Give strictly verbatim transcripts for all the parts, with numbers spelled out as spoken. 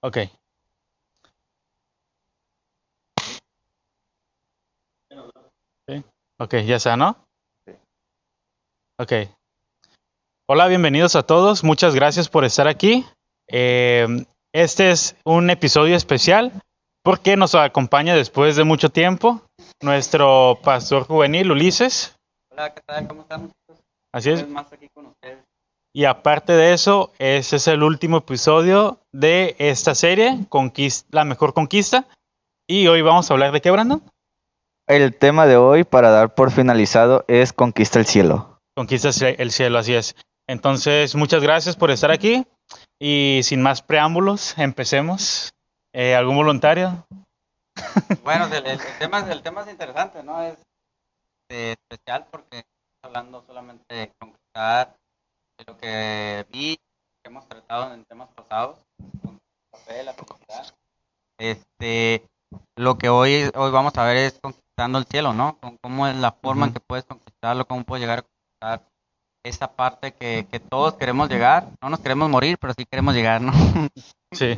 Ok. Sí. Ok, ya está, ¿no? Ok. Hola, bienvenidos a todos. Muchas gracias por estar aquí. Eh, este es un episodio especial porque nos acompaña después de mucho tiempo nuestro pastor juvenil, Ulises. Hola, ¿qué tal? ¿Cómo están, muchachos? Así Una es. vez más aquí con ustedes. Y aparte de eso, ese es el último episodio de esta serie, Conquist- La Mejor Conquista. Y hoy vamos a hablar de qué, Brandon? El tema de hoy, para dar por finalizado, es Conquista el cielo. Conquistas el cielo, así es. Entonces, muchas gracias por estar aquí. Y sin más preámbulos, empecemos. Eh, ¿Algún voluntario? Bueno, el, el- el tema, el tema es interesante, ¿no? Es eh, especial porque estamos hablando solamente de conquistar de lo que vi, que hemos tratado en temas pasados, con la fe, la felicidad. Este, lo que hoy, hoy vamos a ver es conquistando el cielo, ¿no? Con cómo es la forma en Ujú. que puedes conquistarlo, cómo puedes llegar a conquistar esa parte que, que todos queremos llegar. No nos queremos morir, pero sí queremos llegar, ¿no? Sí.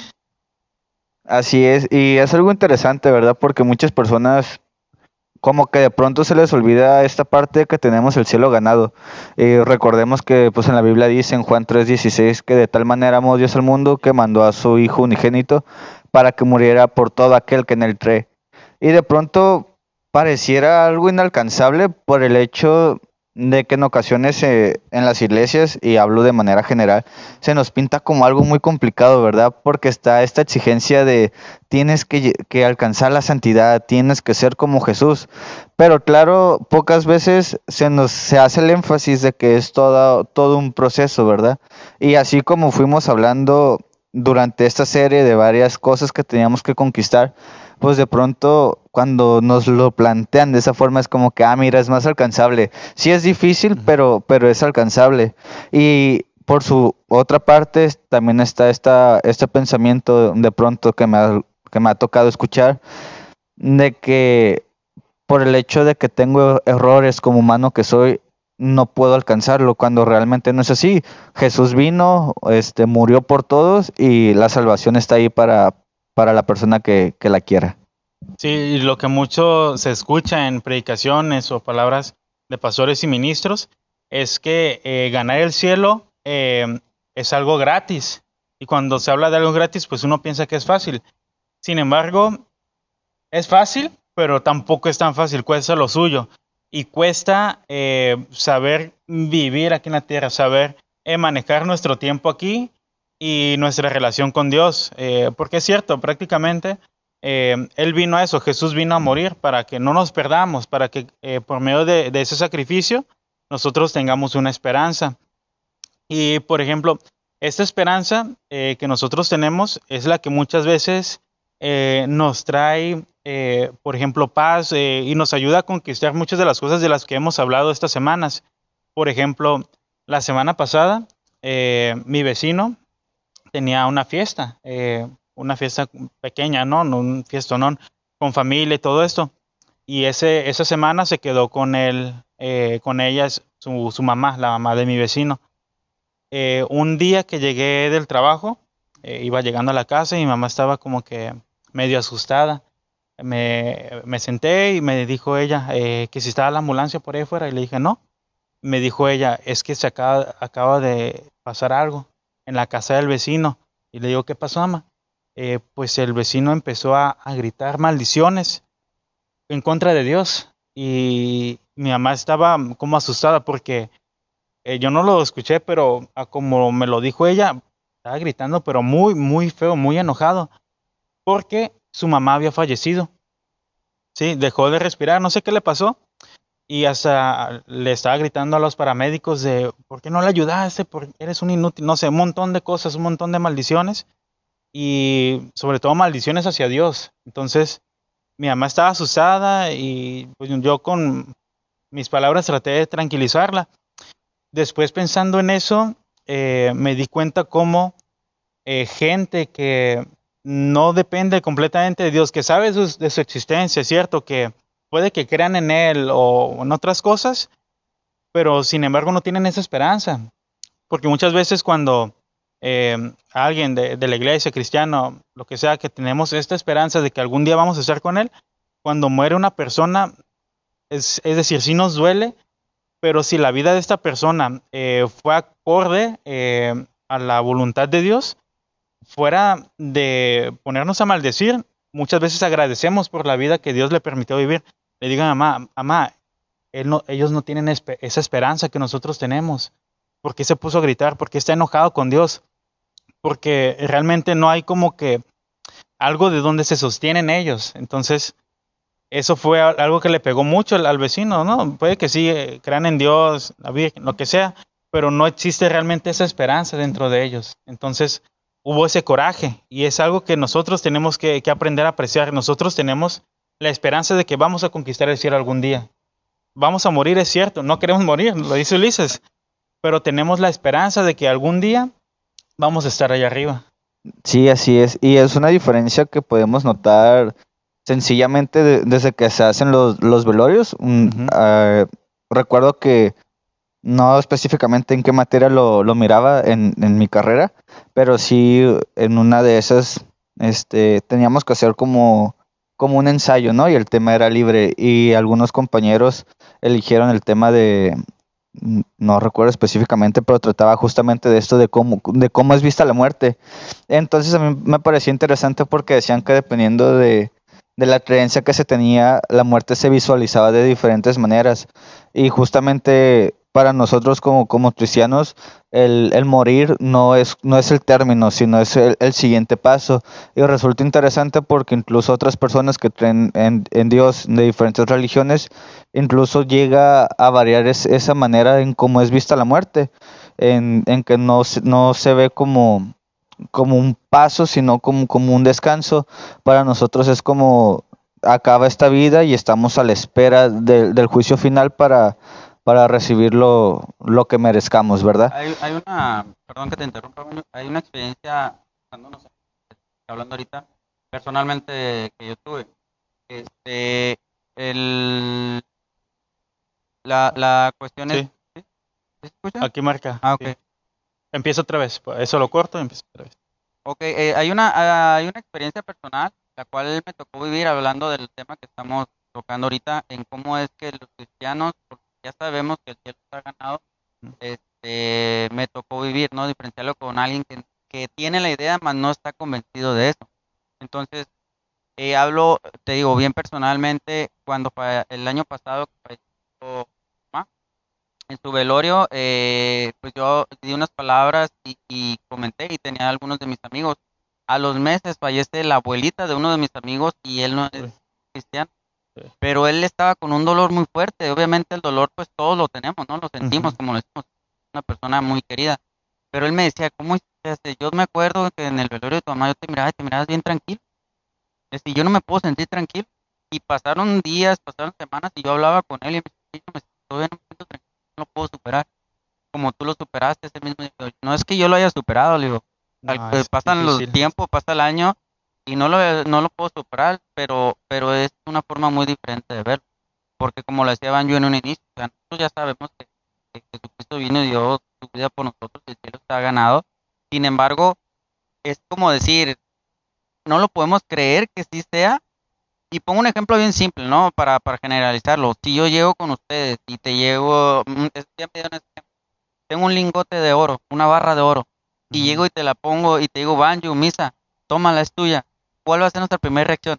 Así es, y es algo interesante, ¿verdad? Porque muchas personas como que de pronto se les olvida esta parte de que tenemos el cielo ganado. Y recordemos que pues en la Biblia dice en Juan tres dieciséis que de tal manera amó Dios al mundo que mandó a su Hijo unigénito para que muriera por todo aquel que en él cree. Y de pronto pareciera algo inalcanzable por el hecho de que en ocasiones eh, en las iglesias, y hablo de manera general, se nos pinta como algo muy complicado, ¿verdad? Porque está esta exigencia de tienes que, lle- que alcanzar la santidad, tienes que ser como Jesús. Pero claro, pocas veces se nos se hace el énfasis de que es todo, todo un proceso, ¿verdad? Y así como fuimos hablando durante esta serie de varias cosas que teníamos que conquistar, pues de pronto cuando nos lo plantean de esa forma es como que, ah, mira, es más alcanzable. Sí es difícil, Ujú. pero, pero es alcanzable. Y por su otra parte también está esta, este pensamiento de pronto que me ha, que me ha tocado escuchar, de que por el hecho de que tengo errores como humano que soy, no puedo alcanzarlo, cuando realmente no es así. Jesús vino, este, murió por todos y la salvación está ahí para, para la persona que, que la quiera. Sí, y lo que mucho se escucha en predicaciones o palabras de pastores y ministros es que eh, ganar el cielo eh, es algo gratis. Y cuando se habla de algo gratis, pues uno piensa que es fácil. Sin embargo, es fácil, pero tampoco es tan fácil, cuesta lo suyo. Y cuesta eh, saber vivir aquí en la tierra, saber eh, manejar nuestro tiempo aquí y nuestra relación con Dios. Eh, porque es cierto, prácticamente eh, Él vino a eso, Jesús vino a morir para que no nos perdamos, para que eh, por medio de, de ese sacrificio nosotros tengamos una esperanza. Y por ejemplo, esta esperanza eh, que nosotros tenemos es la que muchas veces eh, nos trae, eh, por ejemplo, paz eh, y nos ayuda a conquistar muchas de las cosas de las que hemos hablado estas semanas. Por ejemplo, la semana pasada, eh, mi vecino tenía una fiesta, eh, una fiesta pequeña, ¿no? Un fiestonón con familia y todo esto. Y ese, esa semana se quedó con él, eh, con ella, su, su mamá, la mamá de mi vecino. Eh, un día que llegué del trabajo, eh, iba llegando a la casa y mi mamá estaba como que medio asustada. Me, me senté y me dijo ella eh, que si estaba la ambulancia por ahí fuera y le dije no. Me dijo ella, es que se acaba, acaba de pasar algo en la casa del vecino. Y le digo, ¿qué pasó, mamá? Eh, pues el vecino empezó a, a gritar maldiciones en contra de Dios. Y mi mamá estaba como asustada porque eh, yo no lo escuché, pero a como me lo dijo ella, estaba gritando, pero muy, muy feo, muy enojado, porque su mamá había fallecido. Sí, dejó de respirar, no sé qué le pasó, y hasta le estaba gritando a los paramédicos de, ¿por qué no le ayudaste? Porque eres un inútil, no sé, un montón de cosas, un montón de maldiciones, y sobre todo maldiciones hacia Dios. Entonces, mi mamá estaba asustada y pues, yo con mis palabras traté de tranquilizarla. Después pensando en eso, eh, me di cuenta cómo eh, gente que no depende completamente de Dios, que sabe sus- de su existencia, es cierto, que puede que crean en Él o en otras cosas, pero sin embargo no tienen esa esperanza. Porque muchas veces cuando eh, alguien de, de la iglesia, cristiano, lo que sea, que tenemos esta esperanza de que algún día vamos a estar con Él, cuando muere una persona, es, es decir, sí nos duele, pero si la vida de esta persona eh, fue acorde eh, a la voluntad de Dios, fuera de ponernos a maldecir, muchas veces agradecemos por la vida que Dios le permitió vivir. Le digan, mamá, mamá, él no, ellos no tienen espe- esa esperanza que nosotros tenemos. ¿Por qué se puso a gritar? ¿Por qué está enojado con Dios? Porque realmente no hay como que algo de donde se sostienen ellos. Entonces, eso fue al- algo que le pegó mucho al, al vecino, ¿no? Puede que sí, eh, crean en Dios, la Virgen, lo que sea, pero no existe realmente esa esperanza dentro de ellos. Entonces, hubo ese coraje y es algo que nosotros tenemos que, que aprender a apreciar. Nosotros tenemos la esperanza de que vamos a conquistar el cielo algún día. Vamos a morir, es cierto, no queremos morir, lo dice Ulises, pero tenemos la esperanza de que algún día vamos a estar allá arriba. Sí, así es. Y es una diferencia que podemos notar sencillamente de- desde que se hacen los, los velorios. Mm, Ujú. ah, recuerdo que no específicamente en qué materia lo, lo miraba en, en mi carrera, pero sí en una de esas este, teníamos que hacer como, como un ensayo, ¿no? Y el tema era libre y algunos compañeros eligieron el tema de, mm, no recuerdo específicamente, pero trataba justamente de esto, de cómo, de cómo es vista la muerte. Entonces a mí me parecía interesante porque decían que dependiendo de, de la creencia que se tenía, la muerte se visualizaba de diferentes maneras. Y justamente para nosotros como, como cristianos, el, el morir no es, no es el término, sino es el, el siguiente paso. Y resulta interesante porque incluso otras personas que creen en, en Dios de diferentes religiones, incluso llega a variar es- esa manera en cómo es vista la muerte, en, en que no, se- no se ve como, como un paso, sino como, como un descanso. Para nosotros es como acaba esta vida y estamos a la espera del del juicio final para, para recibir lo, lo que merezcamos, ¿verdad? Hay, hay una, perdón que te interrumpa, Muñoz, hay una experiencia, no, no sé, hablando ahorita, personalmente que yo tuve. Este, el, la, la cuestión es, Sí, ¿sí? ¿Sí se escucha? aquí marca. Ah, ok. Sí. Empieza otra vez. Eso lo corto y empieza otra vez. Ok, eh, hay una, ah, hay una experiencia personal, la cual me tocó vivir hablando del tema que estamos tocando ahorita, en cómo es que los cristianos, porque ya sabemos que el cielo está ganado, Mm. este, me tocó vivir, ¿no? Diferenciarlo con alguien que, que tiene la idea, mas no está convencido de eso. Entonces, eh, hablo, te digo, bien personalmente, cuando fa- el año pasado que falleció mi mamá, en su velorio, eh, pues yo di unas palabras y, y comenté y tenía algunos de mis amigos. A los meses fallece la abuelita de uno de mis amigos y él no es Uy, cristiano, sí. pero él estaba con un dolor muy fuerte. Obviamente el dolor pues todos lo tenemos, ¿no? Lo sentimos, Ujú. como lo decimos, una persona muy querida. Pero él me decía, ¿cómo hiciste? Yo me acuerdo que en el velorio de tu mamá yo te miraba y te mirabas bien tranquilo. Es decir, yo no me puedo sentir tranquilo. Y pasaron días, pasaron semanas y yo hablaba con él y me decía, "Sí, yo me todavía no me siento tranquilo, no lo puedo superar como tú lo superaste ese mismo día". No es que yo lo haya superado, le digo, al- No, eh, es pasan los difícil. tiempos, pasa el año y no lo, no lo puedo superar, pero, pero es una forma muy diferente de verlo. Porque como lo decía Banjo en un inicio, o sea, nosotros ya sabemos que, que Jesucristo vino y dio su vida por nosotros y el cielo está ganado. Sin embargo, es como decir, no lo podemos creer que sí sea. Y pongo un ejemplo bien simple, ¿no? Para, para generalizarlo. Si yo llego con ustedes y te llevo, mm, es- ya me dieron ese ejemplo. Tengo un lingote de oro, una barra de oro, y llego Ujú. y te la pongo y te digo, Banjo, Misa, tómala, es tuya. ¿Cuál va a ser nuestra primera reacción?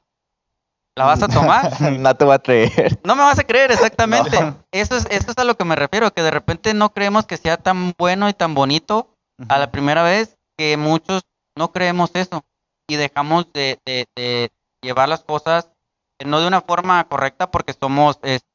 ¿La vas a tomar? No te voy a creer. No me vas a creer, No. exactamente. Eso es, eso es a lo que me refiero, que de repente no creemos que sea tan bueno y tan bonito a la Ujú. primera vez, que muchos no creemos eso y dejamos de, de, de llevar las cosas eh, no de una forma correcta porque somos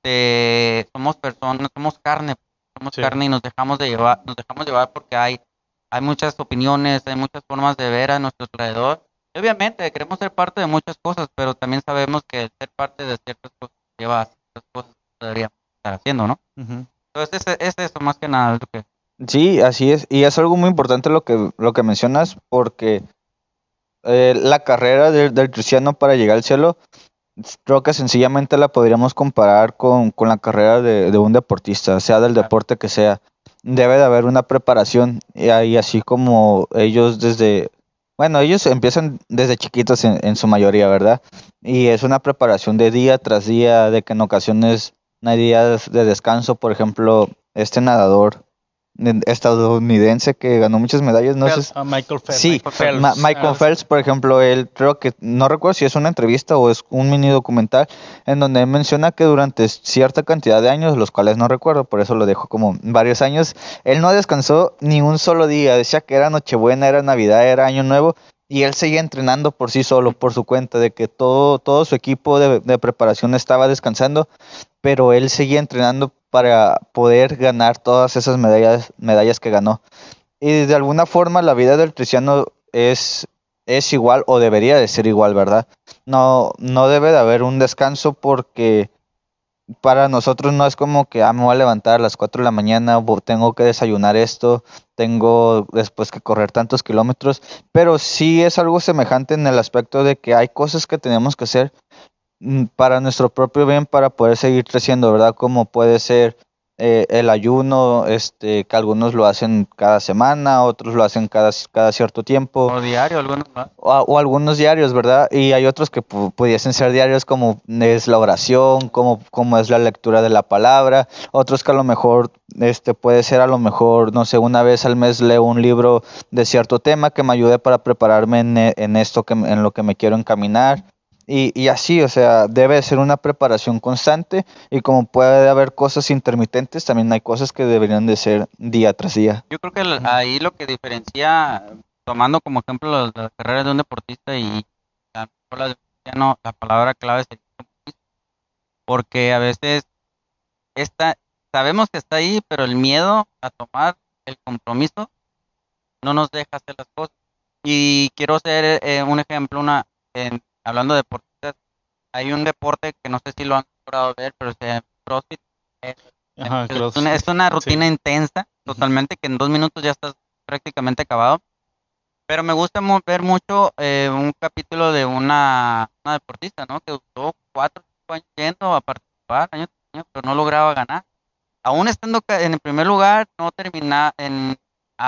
este somos personas, somos carne, somos Sí. carne y nos dejamos de llevar, nos dejamos llevar porque hay hay muchas opiniones, hay muchas formas de ver a nuestro alrededor. Y obviamente queremos ser parte de muchas cosas, pero también sabemos que el ser parte de ciertas cosas lleva a ciertas cosas que deberíamos estar haciendo, ¿no? Ujú. Entonces es, es eso más que nada. Es lo que... Sí, así es. Y es algo muy importante lo que, lo que mencionas, porque eh, la carrera del, del cristiano para llegar al cielo, creo que sencillamente la podríamos comparar con, con la carrera de, de un deportista, sea del Claro. deporte que sea. debe de haber una preparación y ahí así como ellos desde, bueno, ellos empiezan desde chiquitos en, en su mayoría, ¿verdad? Y es una preparación de día tras día, de que en ocasiones no hay días de descanso. Por ejemplo, este nadador eh, estadounidense que ganó muchas medallas, no sé. Phelps, ah, Michael Phelps. Sí, Michael Phelps. Ma- Michael Ah, Phelps, por ejemplo, él creo que, no recuerdo si es una entrevista o es un mini documental, en donde él menciona que durante cierta cantidad de años, los cuales no recuerdo, por eso lo dejo como varios años, él no descansó ni un solo día. Decía que era Nochebuena, era Navidad, era Año Nuevo, y él seguía entrenando por sí solo, por su cuenta, de que todo, todo su equipo de, de preparación estaba descansando, pero él seguía entrenando para poder ganar todas esas medallas, medallas que ganó. Y de alguna forma la vida del cristiano es, es igual o debería de ser igual, ¿verdad? No, no debe de haber un descanso porque para nosotros no es como que ah, me voy a levantar a las cuatro de la mañana, bo- tengo que desayunar esto, tengo después que correr tantos kilómetros, pero sí es algo semejante en el aspecto de que hay cosas que tenemos que hacer mm, para nuestro propio bien, para poder seguir creciendo, ¿verdad? Como puede ser eh, el ayuno, este, que algunos lo hacen cada semana, otros lo hacen cada, cada cierto tiempo, O diario, algunos más. o, a- o algunos diarios, ¿verdad? Y hay otros que pu- pudiesen ser diarios, como es la oración, como, como es la lectura de la palabra, otros que a lo mejor, este, puede ser a lo mejor, no sé, una vez al mes leo un libro de cierto tema que me ayude para prepararme en, e- en esto que, me- en lo que me quiero encaminar. Y, y así, o sea, debe ser una preparación constante y como puede haber cosas intermitentes, también hay cosas que deberían de ser día tras día. Yo creo que el- ahí lo que diferencia, tomando como ejemplo las, las carreras de un deportista y la, la de un cristiano, la palabra clave es el compromiso, porque a veces está, sabemos que está ahí, pero el miedo a tomar el compromiso no nos deja hacer las cosas. Y quiero hacer eh, un ejemplo, una en- hablando de deportistas, hay un deporte que no sé si lo han logrado ver, pero se llama CrossFit. Es, Ajá, es cross. una, es una rutina Sí. intensa, totalmente, que en dos minutos ya estás prácticamente acabado. Pero me gusta mu- ver mucho eh, un capítulo de una, una deportista, ¿no? Que duró cuatro o cinco años yendo a participar, año tras año, pero no lograba ganar. Aún estando ca- en el primer lugar, no termina en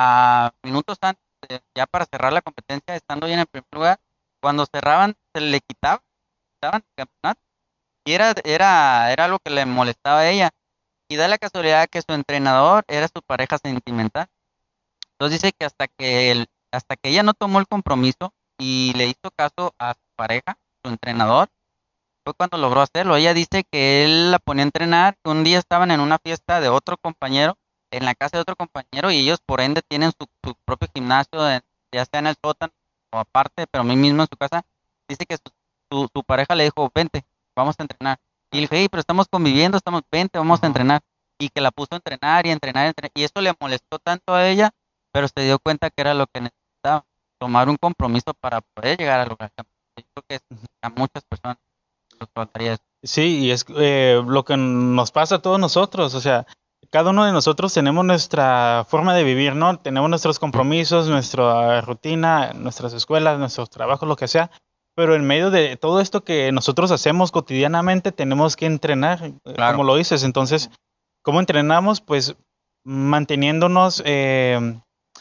a minutos antes, de- ya para cerrar la competencia, estando ya en el primer lugar, cuando cerraban, se le quitaba, quitaban el campeonato. Y era, era, era algo que le molestaba a ella. Y da la casualidad que su entrenador era su pareja sentimental. Entonces dice que hasta que él, hasta que ella no tomó el compromiso y le hizo caso a su pareja, su entrenador, fue cuando logró hacerlo. Ella dice que él la ponía a entrenar, que un día estaban en una fiesta de otro compañero, en la casa de otro compañero, y ellos por ende tienen su, su propio gimnasio, en- ya sea en el sótano o aparte, pero a mí mismo en su casa. Dice que su, su, su pareja le dijo, vente, vamos a entrenar. Y le dije, hey, pero estamos conviviendo, estamos, vente, vamos a Ajá. entrenar. Y que la puso a entrenar y entrenar, y entrenar. Y eso le molestó tanto a ella, pero se dio cuenta que era lo que necesitaba, tomar un compromiso para poder llegar a lograr. Yo creo que es a muchas personas les faltaría eso. Sí, y es eh, lo que nos pasa a todos nosotros, o sea, cada uno de nosotros tenemos nuestra forma de vivir, ¿no? Tenemos nuestros compromisos, nuestra rutina, nuestras escuelas, nuestros trabajos, lo que sea, pero en medio de todo esto que nosotros hacemos cotidianamente, tenemos que entrenar, eh, Claro. como lo dices. Entonces, ¿cómo entrenamos? Pues manteniéndonos, eh,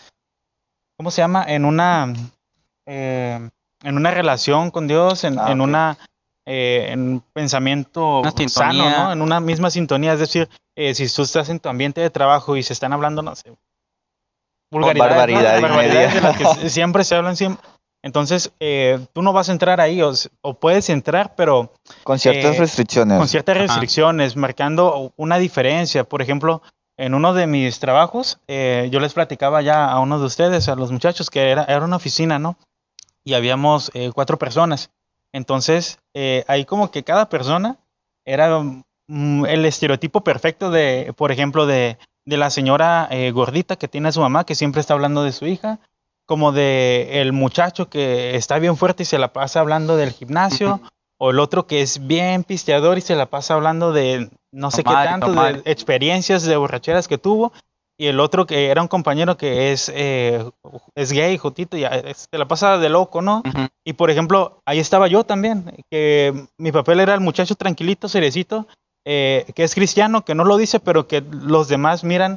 ¿cómo se llama? En una, eh, en una relación con Dios, en, Ah, en ok. una, eh, en un pensamiento Una sano, sintonía. ¿no? En una misma sintonía. Es decir, eh, si tú estás en tu ambiente de trabajo y se están hablando, no sé, vulgaridades, ¿no? barbaridad y Barbaridades de media. las que s- siempre se hablan siempre. Entonces, eh, tú no vas a entrar ahí, o, s- o puedes entrar, pero Con ciertas eh, con restricciones. ciertas Ajá. restricciones, marcando una diferencia. Por ejemplo, en uno de mis trabajos, eh, yo les platicaba ya a uno de ustedes, a los muchachos, que era, era una oficina, ¿no? Y habíamos eh, cuatro personas. Entonces, eh, ahí como que cada persona era mm, el estereotipo perfecto de, por ejemplo, de, de la señora eh, gordita que tiene a su mamá, que siempre está hablando de su hija, como de el muchacho que está bien fuerte y se la pasa hablando del gimnasio, Ujú. o el otro que es bien pisteador y se la pasa hablando de no sé qué Tomar y tanto, tomar. de experiencias de borracheras que tuvo, y el otro que era un compañero que es, eh, es gay, jotito, y eh, se la pasa de loco, ¿no? Ujú. Y por ejemplo, ahí estaba yo también, que mi papel era el muchacho tranquilito, cerecito, eh, que es cristiano, que no lo dice, pero que los demás miran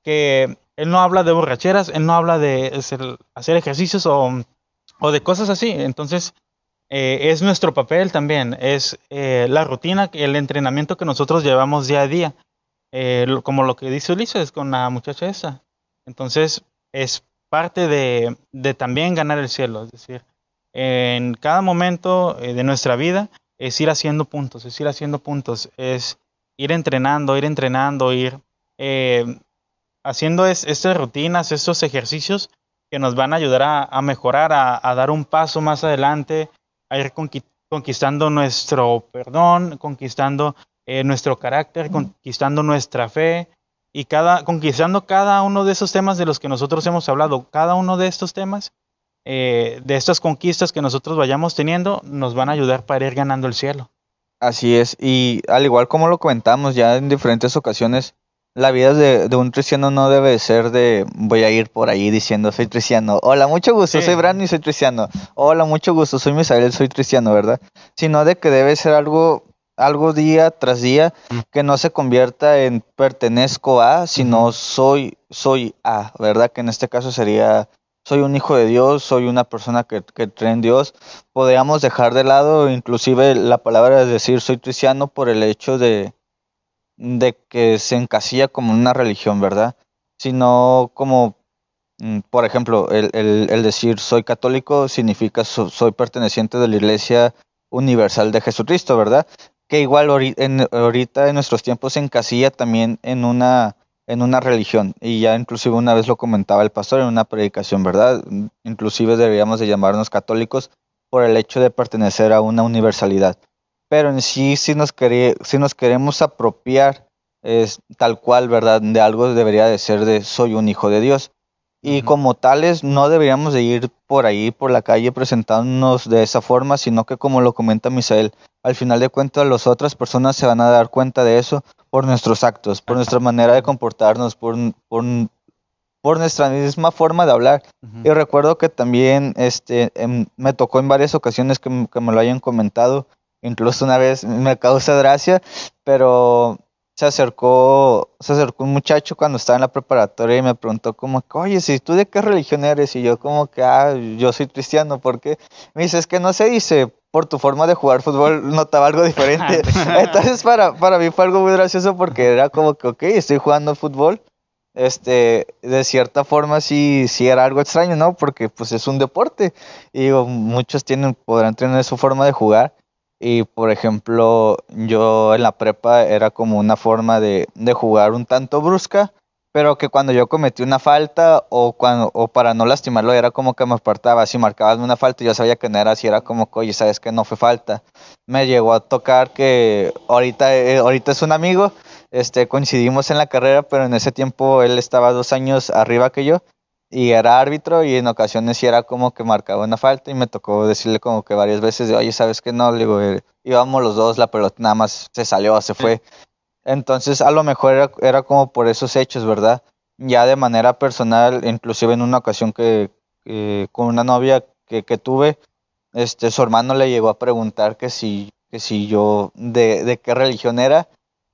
que él no habla de borracheras, él no habla de hacer, hacer ejercicios o, o de cosas así. Entonces, eh, es nuestro papel también, es eh, la rutina, el entrenamiento que nosotros llevamos día a día, eh, lo- como lo que dice Ulises con la muchacha esa. Entonces, es parte de, de también ganar el cielo, es decir, en cada momento eh, de nuestra vida es ir haciendo puntos, es ir haciendo puntos, es ir entrenando, ir entrenando, ir eh, haciendo es, estas rutinas, estos ejercicios que nos van a ayudar a, a mejorar, a, a dar un paso más adelante, a ir conqui- conquistando nuestro perdón, conquistando eh, nuestro carácter, conquistando nuestra fe y cada, conquistando cada uno de esos temas de los que nosotros hemos hablado, cada uno de estos temas, eh, de estas conquistas que nosotros vayamos teniendo, nos van a ayudar para ir ganando el cielo. Así es, y al igual como lo comentamos ya en diferentes ocasiones, la vida de, de un cristiano no debe ser de voy a ir por ahí diciendo soy cristiano, hola, mucho gusto, Sí. soy Brandon y soy cristiano, hola, mucho gusto, soy Misael, soy cristiano, ¿verdad? Sino de que debe ser algo, algo día tras día, que no se convierta en pertenezco a, sino Ujú. soy, soy a, ¿verdad? Que en este caso sería soy un hijo de Dios, soy una persona que, que cree en Dios. Podríamos dejar de lado inclusive la palabra de decir soy cristiano por el hecho de, de que se encasilla como una religión, ¿verdad? Sino como, mm, por ejemplo, el, el, el decir soy católico significa so- soy perteneciente de la Iglesia Universal de Jesucristo, ¿verdad? Que igual ori- en- ahorita en nuestros tiempos se encasilla también en una, en una religión. Y ya inclusive una vez lo comentaba el pastor en una predicación, ¿verdad? Inclusive deberíamos de llamarnos católicos por el hecho de pertenecer a una universalidad. Pero en sí, si nos, quere- si nos queremos apropiar es tal cual, ¿verdad? De algo debería de ser de soy un hijo de Dios. Y Ujú. como tales, no deberíamos de ir por ahí, por la calle, presentándonos de esa forma, sino que como lo comenta Misael, al final de cuentas, las otras personas se van a dar cuenta de eso por nuestros actos, por nuestra manera de comportarnos, por, por, por nuestra misma forma de hablar. Ujú. Y recuerdo que también este, em, me tocó en varias ocasiones que, m- que me lo hayan comentado, incluso una vez me causa gracia, pero se acercó, se acercó un muchacho cuando estaba en la preparatoria y me preguntó como que, oye, si tú de qué religión eres, y yo como que, ah, yo soy cristiano, ¿por qué? Me dice, es que no se dice, por tu forma de jugar fútbol notaba algo diferente. Entonces para, para mí fue algo muy gracioso porque era como que, ok, estoy jugando fútbol, este, de cierta forma sí, sí era algo extraño, ¿no? Porque pues es un deporte y digo, muchos tienen, podrán tener su forma de jugar y por ejemplo, yo en la prepa era como una forma de, de jugar un tanto brusca, pero que cuando yo cometí una falta o cuando, o para no lastimarlo era como que me apartaba, si marcabas una falta yo sabía que no era así, era como que, oye, sabes que no fue falta. Me llegó a tocar que ahorita, eh, ahorita es un amigo, este, coincidimos en la carrera, pero en ese tiempo él estaba dos años arriba que yo y era árbitro y en ocasiones sí era como que marcaba una falta y me tocó decirle como que varias veces de, oye, ¿sabes qué? No, le digo, eh, íbamos los dos, la pelota nada más se salió, se fue. Entonces a lo mejor era, era como por esos hechos, ¿verdad? Ya de manera personal, inclusive en una ocasión que, que con una novia que, que tuve, este, su hermano le llegó a preguntar que si, que si yo de, de qué religión era.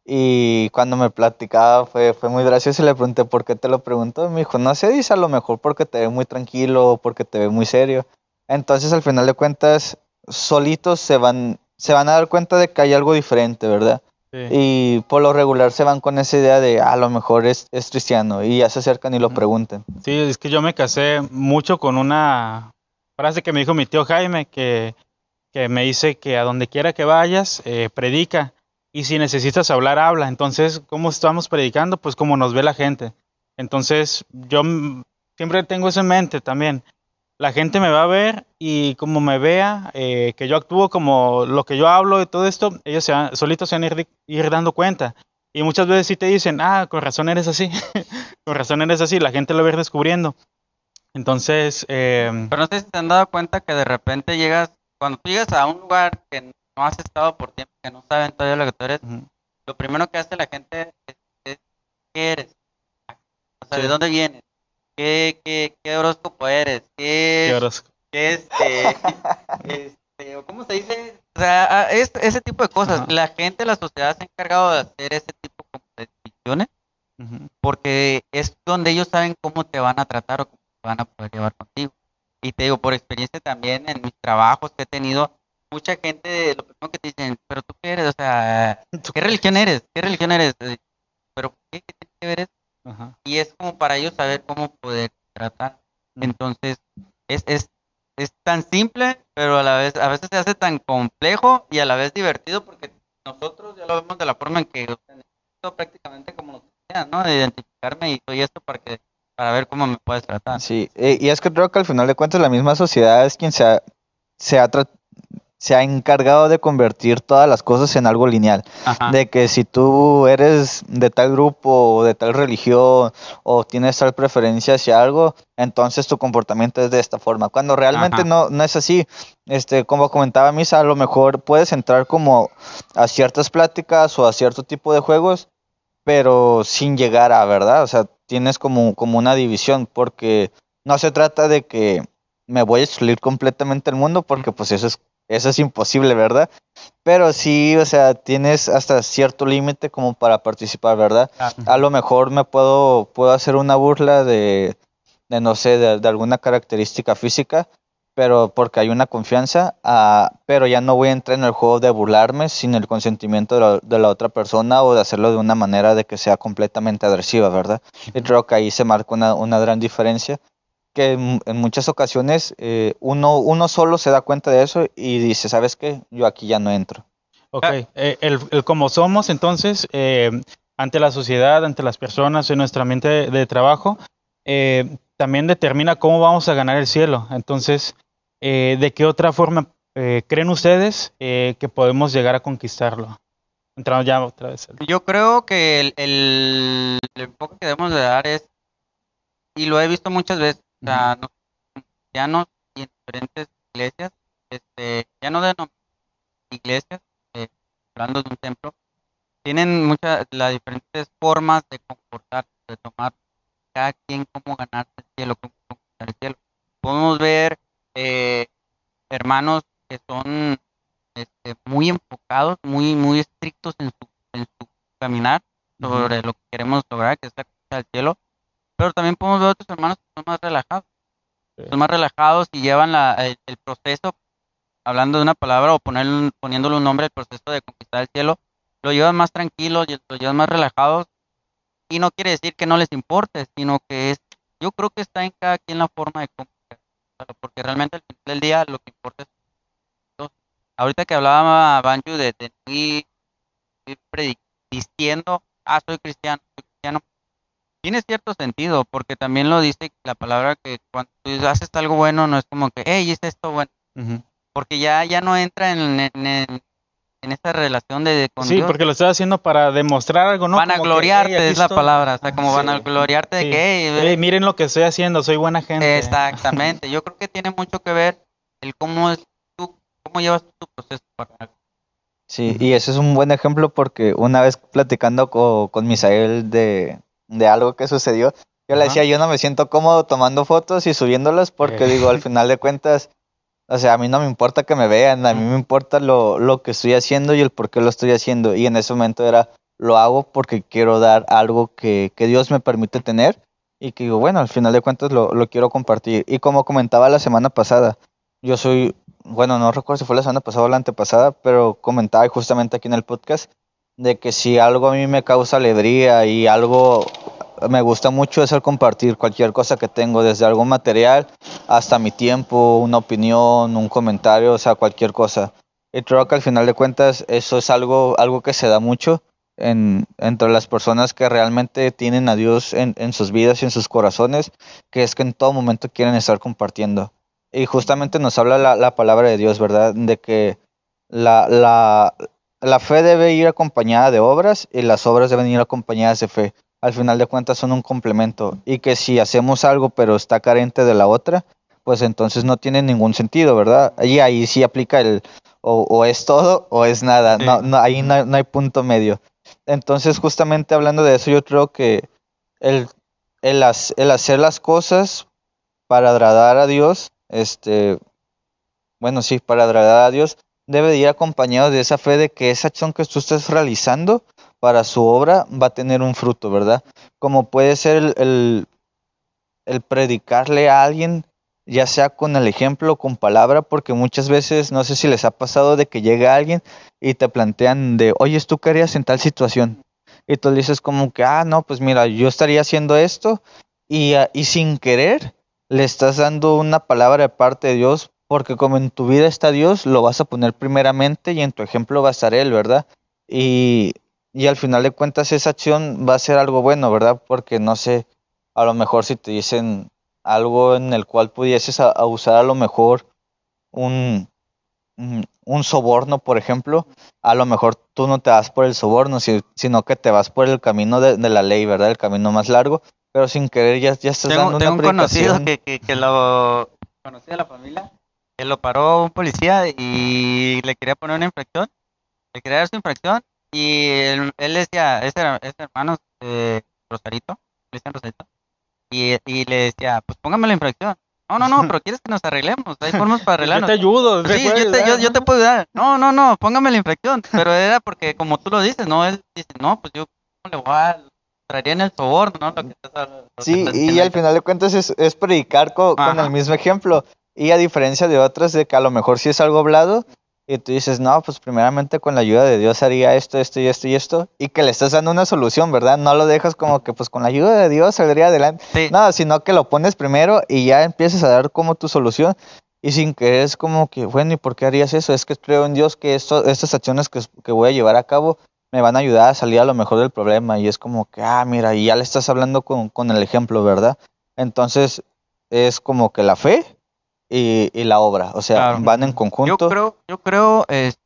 Y cuando me platicaba fue, fue muy gracioso y le pregunté por qué te lo preguntó. Me dijo, no sé, dice a lo mejor porque te ve muy tranquilo o porque te ve muy serio. Entonces al final de cuentas, solitos se van, se van a dar cuenta de que hay algo diferente, ¿verdad? Sí. Y por lo regular se van con esa idea de "Ah, a lo mejor es, es cristiano y ya se acercan y lo Ujú. preguntan. Sí, es que yo me casé mucho con una frase que me dijo mi tío Jaime, que, que me dice que a donde quiera que vayas, eh, predica. Y si necesitas hablar, habla. Entonces, ¿cómo estamos predicando? Pues como nos ve la gente. Entonces, yo mm, siempre tengo eso en mente también. La gente me va a ver y como me vea, eh, que yo actúo como lo que yo hablo y todo esto, ellos se van, solitos se van a ir, di- ir dando cuenta. Y muchas veces sí te dicen, ah, con razón eres así, con razón eres así, la gente lo va a ir descubriendo. Entonces, eh, Pero no sé si te han dado cuenta que de repente llegas, cuando tú llegas a un lugar que no has estado por tiempo, que no saben todavía lo que tú eres, ujú, lo primero que hace la gente es, es ¿qué eres? O sea, ¿de sí, dónde vienes? ¿Qué, qué, qué horóscopo eres? qué ¿Qué, horas. qué este, este, o cómo se dice? O sea, a- es- ese tipo de cosas. Ajá, La gente, la sociedad se ha encargado de hacer ese tipo como de decisiones ujú, porque es donde ellos saben cómo te van a tratar o cómo te van a poder llevar contigo. Y te digo, por experiencia también en mis trabajos que he tenido, mucha gente, lo primero que te dicen, pero tú qué eres, o sea, ¿qué religión eres? ¿Qué religión eres? Eh, Pero ¿qué, qué tiene que ver eso? Ajá. Y es como para ellos saber cómo poder tratar. Entonces, es, es, es tan simple, pero a la vez, a veces se hace tan complejo y a la vez divertido, porque nosotros ya lo vemos de la forma en que o sea, necesito prácticamente como lo que sea, ¿no? De identificarme y soy esto para que, para ver cómo me puedes tratar. Sí, eh, y es que creo que al final de cuentas la misma sociedad es quien se ha, se ha, tra- se ha encargado de convertir todas las cosas en algo lineal. Ajá. De que si tú eres de tal grupo o de tal religión o tienes tal preferencia hacia algo, entonces tu comportamiento es de esta forma. Cuando realmente Ajá. no, no es así. Este, como comentaba Misa, a lo mejor puedes entrar como a ciertas pláticas o a cierto tipo de juegos, pero sin llegar a, ¿verdad? O sea, tienes como, como una división, porque no se trata de que me voy a excluir completamente el mundo, porque pues eso es, eso es imposible, ¿verdad? Pero sí, o sea, tienes hasta cierto límite como para participar, ¿verdad? Claro. A lo mejor me puedo, puedo hacer una burla de, de no sé, de, de alguna característica física, pero porque hay una confianza, ah, pero ya no voy a entrar en el juego de burlarme sin el consentimiento de la, de la otra persona o de hacerlo de una manera de que sea completamente agresiva, ¿verdad? Y creo que ahí se marca una, una gran diferencia, que en, en muchas ocasiones eh, uno, uno solo se da cuenta de eso y dice, ¿sabes qué? Yo aquí ya no entro. Ok, eh, el, el como somos entonces, eh, ante la sociedad, ante las personas, en nuestro ambiente de, de trabajo, eh, también determina cómo vamos a ganar el cielo. Entonces, eh, ¿de qué otra forma eh, creen ustedes eh, que podemos llegar a conquistarlo? Entramos ya otra vez. al- Yo creo que el, el, el enfoque que debemos de dar es, y lo he visto muchas veces, o sea, no, cristianos y en diferentes iglesias, este, ya no de iglesias, eh, hablando de un templo, tienen muchas, las diferentes formas de comportarse, de tomar cada quien cómo ganarse el cielo, cómo conquistar el cielo. Podemos ver eh, hermanos que son este, muy enfocados, muy, muy estrictos en su, en su caminar sobre lo que queremos lograr, que es la conquista del cielo, pero también podemos ver otros hermanos que son más relajados, son más relajados y llevan la, el, el proceso, hablando de una palabra o poner, poniéndole un nombre al proceso de conquistar el cielo, lo llevan más tranquilos, y lo llevan más relajados, y no quiere decir que no les importe, sino que es, yo creo que está en cada quien la forma de conquistar, porque realmente al final del día lo que importa es Dios. Ahorita que hablaba Banju de, de no ir, ir predi- diciendo, ah, soy cristiano, soy cristiano, tiene cierto sentido, porque también lo dice la palabra que cuando tú haces algo bueno, no es como que, hey, hice esto bueno, Ujú. porque ya, ya no entra en, en, en, en esa relación de, de con Sí, Dios. porque lo estás haciendo para demostrar algo, ¿no? Van a Como que, hey, gloriarte, aquí es la estoy. palabra, o sea, Ah, como van a sí, gloriarte de sí. que, hey, Hey, ve- miren lo que estoy haciendo, soy buena gente. exactamente, yo creo que tiene mucho que ver el cómo es tú, cómo llevas tu proceso para... Sí, Ujú. y ese es un buen ejemplo porque una vez platicando co- con Misael de, de algo que sucedió, yo le Ajá. decía, yo no me siento cómodo tomando fotos y subiéndolas porque Eh. digo, al final de cuentas, o sea, a mí no me importa que me vean, a mí me importa lo, lo que estoy haciendo y el por qué lo estoy haciendo. Y en ese momento era, lo hago porque quiero dar algo que, que Dios me permite tener y que digo, bueno, al final de cuentas lo, lo quiero compartir. Y como comentaba la semana pasada, yo soy, bueno, no recuerdo si fue la semana pasada o la antepasada, pero comentaba justamente aquí en el podcast de que si algo a mí me causa alegría y algo me gusta mucho es el compartir cualquier cosa que tengo, desde algo material hasta mi tiempo, una opinión, un comentario, o sea, cualquier cosa. Y creo que al final de cuentas eso es algo, algo que se da mucho en, entre las personas que realmente tienen a Dios en, en sus vidas y en sus corazones, que es que en todo momento quieren estar compartiendo. Y justamente nos habla la, la palabra de Dios, ¿verdad? De que la, la, la fe debe ir acompañada de obras y las obras deben ir acompañadas de fe. Al final de cuentas son un complemento y que si hacemos algo pero está carente de la otra, pues entonces no tiene ningún sentido, ¿verdad? Y ahí sí aplica el o, o es todo o es nada, no, no, ahí no, no hay punto medio. Entonces justamente hablando de eso, yo creo que el, el, hac- el hacer las cosas para agradar a Dios, este, bueno, sí, para agradar a Dios, debe de ir acompañado de esa fe de que esa acción que tú estás realizando para su obra, va a tener un fruto, ¿verdad? Como puede ser el, el, el predicarle a alguien, ya sea con el ejemplo o con palabra, porque muchas veces, no sé si les ha pasado de que llega alguien y te plantean de, oye, ¿tú qué harías en tal situación? Y tú le dices como que, ah, no, pues mira, yo estaría haciendo esto, y, ah, y sin querer le estás dando una palabra de parte de Dios, porque como en tu vida está Dios, lo vas a poner primeramente y en tu ejemplo va a estar Él, ¿verdad? Y, y al final de cuentas esa acción va a ser algo bueno, ¿verdad? Porque no sé, a lo mejor si te dicen algo en el cual pudieses a, a usar a lo mejor un, un, un soborno, por ejemplo, a lo mejor tú no te vas por el soborno, si- sino que te vas por el camino de, de la ley, ¿verdad? El camino más largo, pero sin querer ya, ya estás Tengo, dando tengo una un conocido predicación. que, que, que lo conocía de la familia, que lo paró un policía y le quería poner una infracción, le quería dar su infracción y él, él decía, ese, era- ese hermano, eh, Rosarito, Cristian Rosarito, y, y le decía, pues póngame la infracción. No, no, no, pero quieres que nos arreglemos, hay formas para Yo arreglarnos. te ayudo, Pues te sí, puedo yo te, yo, ayudar, yo ¿no? te puedo ayudar. No, no, no, póngame la infracción. Pero era porque, como tú lo dices, ¿no? Él dice, no, pues yo ¿cómo le voy a traería en el soborno, ¿no? Lo que estás, lo que Sí, estás y diciendo al ahorita. final de cuentas es, es predicar co- con, el Ajá, mismo ejemplo. Y a diferencia de otras, de que a lo mejor sí es algo hablado, y tú dices, no, pues primeramente con la ayuda de Dios haría esto, esto y esto y esto, y que le estás dando una solución, ¿verdad? No lo dejas como que pues con la ayuda de Dios saldría adelante. sí, No, sino que lo pones primero y ya empiezas a dar como tu solución. Y sin que es como que, bueno, ¿y por qué harías eso? Es que creo en Dios que esto, estas acciones que, que voy a llevar a cabo me van a ayudar a salir a lo mejor del problema. Y es como que, ah, mira, y ya le estás hablando con, con el ejemplo, ¿verdad? Entonces es como que la fe y, y la obra, o sea, claro. van en Ujú. Yo conjunto. creo, yo creo,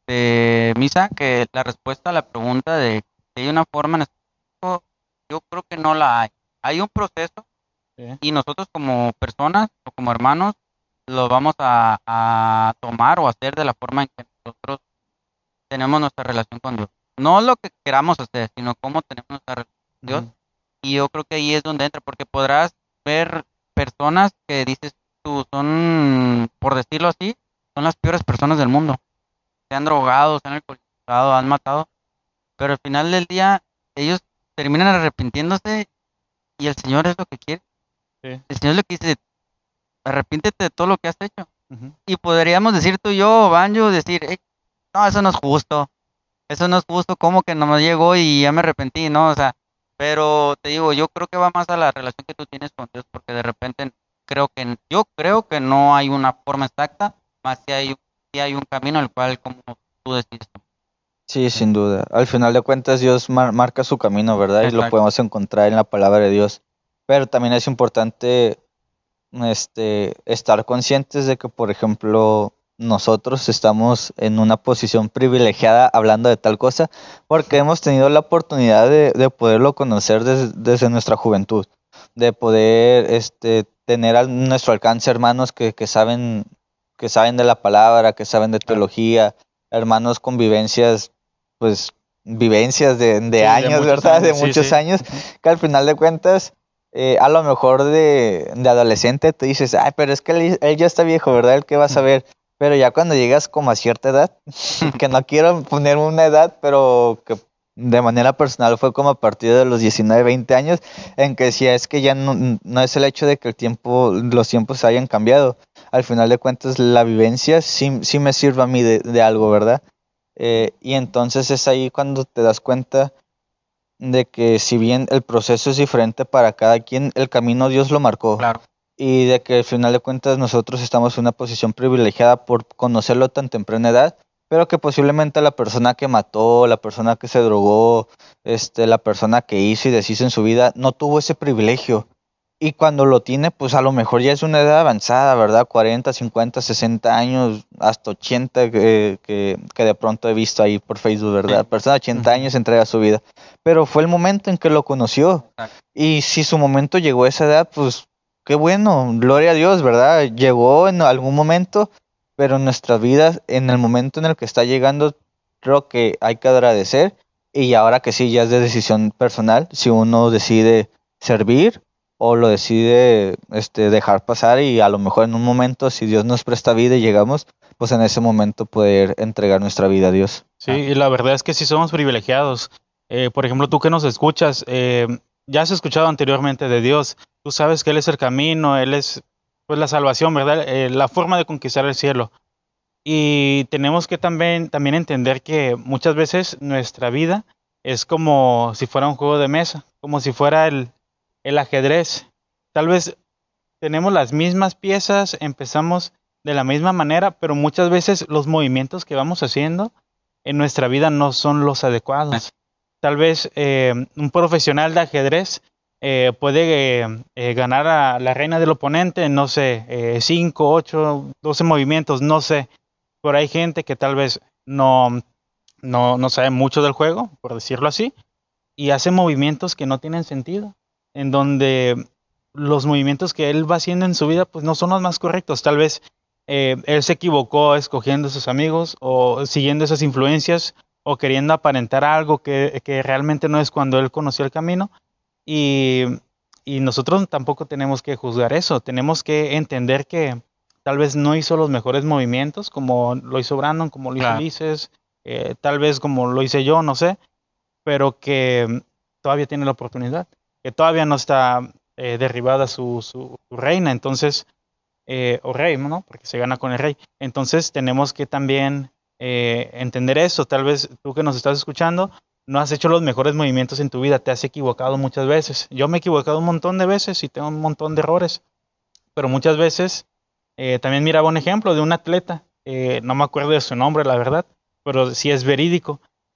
este, Misa, que la respuesta a la pregunta de si hay una forma en específico, yo creo que no la hay. Hay un proceso Sí. y nosotros como personas o como hermanos lo vamos a, a tomar o hacer de la forma en que nosotros tenemos nuestra relación con Dios. No lo que queramos hacer, sino cómo tenemos nuestra relación con Dios. Ujú. Y yo creo que ahí es donde entra, porque podrás ver personas que dices tú son, por decirlo así, son las peores personas del mundo. Se han drogado, se han alcoholizado, han matado, pero al final del día ellos terminan arrepintiéndose y el Señor es lo que quiere. Sí. El Señor es lo que dice, arrepiéntete de todo lo que has hecho. Ujú. Y podríamos decir tú y yo, Banjo, decir, "Ey, no, eso no es justo. Eso no es justo, como que no me llegó y ya me arrepentí, ¿no? O sea, pero te digo, yo creo que va más a la relación que tú tienes con Dios, porque de repente creo que, yo creo que no hay una forma exacta, más si hay, si hay un camino el cual como tú decides. Sí, sin duda. Al final de cuentas Dios mar- marca su camino, ¿verdad? Y lo Exacto. podemos encontrar en la palabra de Dios. Pero también es importante este, estar conscientes de que, por ejemplo, nosotros estamos en una posición privilegiada hablando de tal cosa, porque hemos tenido la oportunidad de, de poderlo conocer des- desde nuestra juventud, de poder este, tener a nuestro alcance hermanos que, que saben, que saben de la palabra, que saben de Claro. teología, hermanos con vivencias, pues vivencias de, de Sí, de años, muchos ¿verdad? De años, sí, muchos sí. años, Ujú. que al final de cuentas eh, a lo mejor de, de adolescente tú dices, ay, pero es que él, él ya está viejo, ¿verdad? ¿El qué va a saber? Pero ya cuando llegas como a cierta edad, que no quiero poner una edad, pero que de manera personal fue como a partir de los diecinueve, veinte años, en que decía, es que ya no, no es el hecho de que el tiempo, los tiempos hayan cambiado. Al final de cuentas, la vivencia sí, sí me sirve a mí de, de algo, ¿verdad? Eh, y entonces es ahí cuando te das cuenta de que si bien el proceso es diferente para cada quien, el camino Dios lo marcó. Claro. Y de que al final de cuentas nosotros estamos en una posición privilegiada por conocerlo a tan temprana edad, pero que posiblemente la persona que mató, la persona que se drogó, este, la persona que hizo y deshizo en su vida, no tuvo ese privilegio. Y cuando lo tiene, pues a lo mejor ya es una edad avanzada, ¿verdad? cuarenta, cincuenta, sesenta años, hasta ochenta que, que, que de pronto he visto ahí por Facebook, ¿verdad? Sí. Persona de ochenta Ujú. años entrega su vida. Pero fue el momento en que lo conoció. Exacto. Y si su momento llegó a esa edad, pues qué bueno, gloria a Dios, ¿verdad? Llegó en algún momento, pero en nuestras vidas, en el momento en el que está llegando, creo que hay que agradecer. Y ahora que sí, ya es de decisión personal, si uno decide servir o lo decide este, dejar pasar y a lo mejor en un momento, si Dios nos presta vida y llegamos, pues en ese momento poder entregar nuestra vida a Dios. Sí, y la verdad es que sí somos privilegiados. Eh, por ejemplo, tú que nos escuchas, eh, ya has escuchado anteriormente de Dios, tú sabes que Él es el camino, Él es pues la salvación, ¿verdad? Eh, la forma de conquistar el cielo. Y tenemos que también, también entender que muchas veces nuestra vida es como si fuera un juego de mesa, como si fuera el, el ajedrez. Tal vez tenemos las mismas piezas, empezamos de la misma manera, pero muchas veces los movimientos que vamos haciendo en nuestra vida no son los adecuados. Tal vez eh, un profesional de ajedrez eh, puede eh, eh, ganar a la reina del oponente en, no sé, cinco, ocho, doce movimientos, no sé. Pero hay gente que tal vez no, no, no sabe mucho del juego, por decirlo así, y hace movimientos que no tienen sentido, en donde los movimientos que él va haciendo en su vida pues no son los más correctos. Tal vez eh, él se equivocó escogiendo a sus amigos o siguiendo esas influencias o queriendo aparentar algo que, que realmente no es cuando él conoció el camino. Y, y nosotros tampoco tenemos que juzgar eso, tenemos que entender que tal vez no hizo los mejores movimientos como lo hizo Brandon, como lo hizo Claro. Ulises, eh, tal vez como lo hice yo, no sé, pero que todavía tiene la oportunidad, que todavía no está eh, derribada su, su, su reina, entonces, eh, o rey, ¿no? Porque se gana con el rey. Entonces tenemos que también eh, entender eso. Tal vez tú que nos estás escuchando no has hecho los mejores movimientos en tu vida, te has equivocado muchas veces. Yo me he equivocado un montón de veces y tengo un montón de errores, pero muchas veces eh, también miraba un ejemplo de un atleta, eh, no me acuerdo de su nombre, la verdad, pero sí es verídico,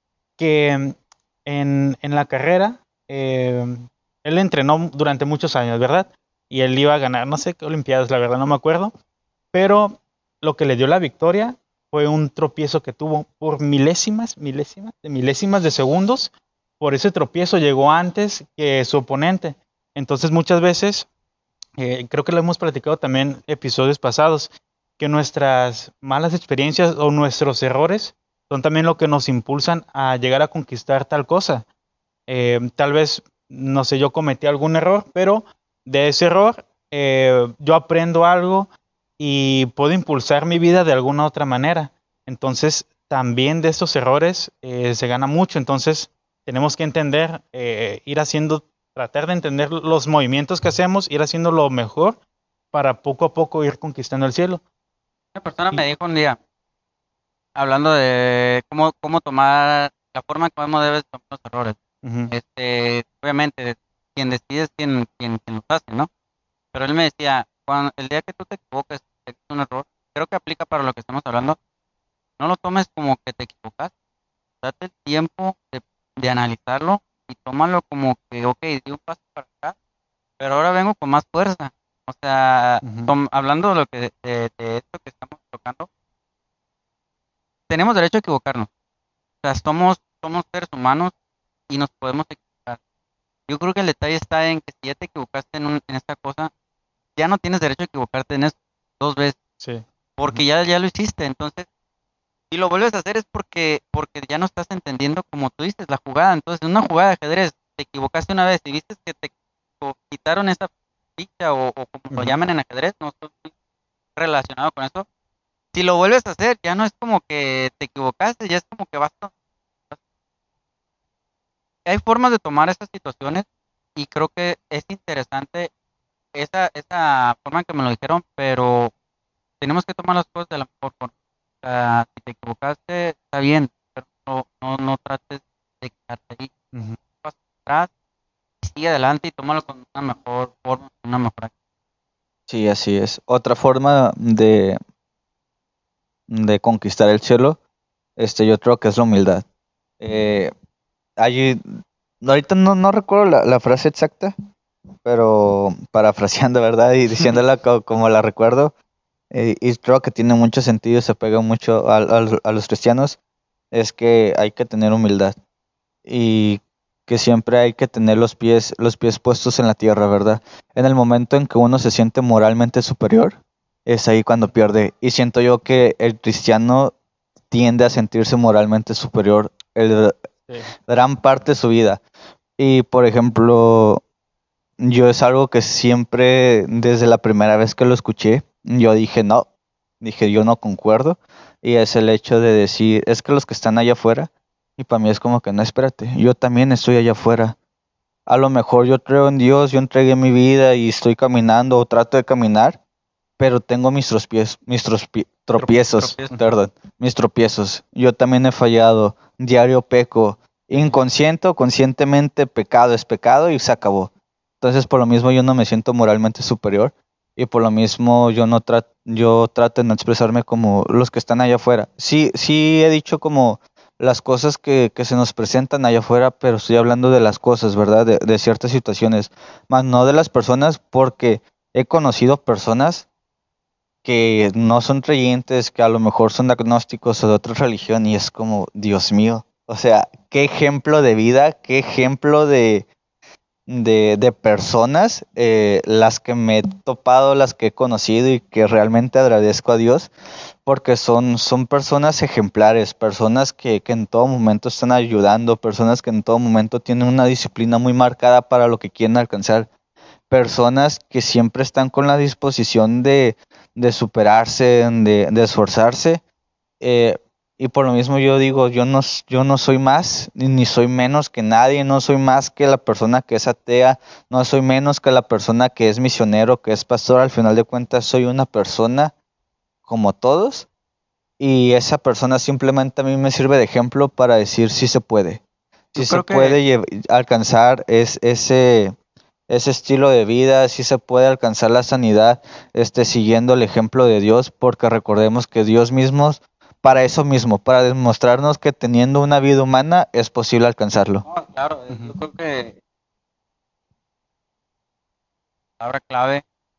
que en, en la carrera eh, él entrenó durante muchos años, ¿verdad? Y él iba a ganar, no sé qué Olimpiadas, la verdad no me acuerdo, pero lo que le dio la victoria fue un tropiezo que tuvo por milésimas, milésimas, de milésimas de segundos. Por ese tropiezo llegó antes que su oponente. Entonces muchas veces, eh, creo que lo hemos platicado también en episodios pasados, que nuestras malas experiencias o nuestros errores son también lo que nos impulsan a llegar a conquistar tal cosa. Eh, tal vez, no sé, yo cometí algún error, pero de ese error eh, yo aprendo algo y puedo impulsar mi vida de alguna otra manera. Entonces, también de estos errores eh, se gana mucho. Entonces, tenemos que entender, eh, ir haciendo, tratar de entender los movimientos que hacemos, ir haciendo lo mejor para poco a poco ir conquistando el cielo. Una persona Y- me dijo un día, hablando de cómo, cómo tomar, la forma en cómo debes tomar los errores. Ujú, Este, obviamente, quien decide es quien, quien, quien los hace, ¿no? Pero él me decía, cuando, el día que tú te equivoques, es un error, creo que aplica para lo que estamos hablando, no lo tomes como que te equivocas, date el tiempo de, de analizarlo y tómalo como que, ok, di un paso para acá, pero ahora vengo con más fuerza. O sea, ujú, tom- hablando de lo que de, de esto que estamos tocando, tenemos derecho a equivocarnos. O sea, somos, somos seres humanos y nos podemos equivocar. Yo creo que el detalle está en que si ya te equivocaste en, un, en esta cosa, ya no tienes derecho a equivocarte en eso dos veces, sí. porque Ujú, ya, ya lo hiciste. Entonces, si lo vuelves a hacer es porque, porque ya no estás entendiendo, como tú dices, la jugada. Entonces, en una jugada de ajedrez, te equivocaste una vez y viste que te o quitaron esa ficha o, o como lo ujú. llaman en ajedrez, no estoy muy relacionado con eso. Si lo vuelves a hacer, ya no es como que te equivocaste, ya es como que vas a... Hay formas de tomar estas situaciones y creo que es interesante esa, esa forma en que me lo dijeron, pero tenemos que tomar las cosas de la mejor forma. O sea, si te equivocaste, está bien, pero no, no, no trates de quedarte ahí. Ujú. Vas atrás, sigue adelante y tómalo con una mejor forma, con una mejor actitud. Sí, así es. Otra forma de, de conquistar el cielo, este, yo creo que es la humildad. Eh, hay, ahorita no, no recuerdo la, la frase exacta, pero parafraseando, ¿verdad? Y diciéndola co- como la recuerdo, eh, y creo que tiene mucho sentido, se pega mucho a, a- a los cristianos, es que hay que tener humildad y que siempre hay que tener los pies, los pies puestos en la tierra, ¿verdad? En el momento en que uno se siente moralmente superior, es ahí cuando pierde. Y siento yo que el cristiano tiende a sentirse moralmente superior el, Sí. gran parte de su vida. Y por ejemplo, yo es algo que siempre, desde la primera vez que lo escuché, yo dije no, dije yo no concuerdo. Y es el hecho de decir, es que los que están allá afuera Y para mí es como que no, espérate, yo también estoy allá afuera. A lo mejor yo creo en Dios, yo entregué mi vida y estoy caminando o trato de caminar, pero tengo mis tropiezos, mis trospi- tropiezos, Tropiezo. perdón, mis tropiezos. Yo también he fallado, diario peco, inconsciente o conscientemente pecado es pecado y se acabó. Entonces por lo mismo yo no me siento moralmente superior y por lo mismo yo no trato, yo trato de no expresarme como los que están allá afuera. Sí, sí he dicho como las cosas que, que se nos presentan allá afuera, pero estoy hablando de las cosas, ¿verdad? De, de ciertas situaciones, más no de las personas, porque he conocido personas que no son creyentes, que a lo mejor son agnósticos o de otra religión, y es como, Dios mío, o sea, qué ejemplo de vida, qué ejemplo de, de, de personas, eh, las que me he topado, las que he conocido y que realmente agradezco a Dios, porque son, son personas ejemplares, personas que, que en todo momento están ayudando, personas que en todo momento tienen una disciplina muy marcada para lo que quieren alcanzar, personas que siempre están con la disposición de, de superarse, de, de esforzarse. eh, y por lo mismo yo digo, yo no, s- yo no soy más, ni, ni soy menos que nadie, no soy más que la persona que es atea, no soy menos que la persona que es misionero, que es pastor, al final de cuentas soy una persona como todos, y esa persona simplemente a mí me sirve de ejemplo para decir si se puede, si Yo se creo que puede lle- alcanzar es, ese, ese estilo de vida, si se puede alcanzar la sanidad, este, siguiendo el ejemplo de Dios, porque recordemos que Dios mismo, para eso mismo, para demostrarnos que teniendo una vida humana es posible alcanzarlo. no, claro, eh, yo Ujú. creo que la palabra clave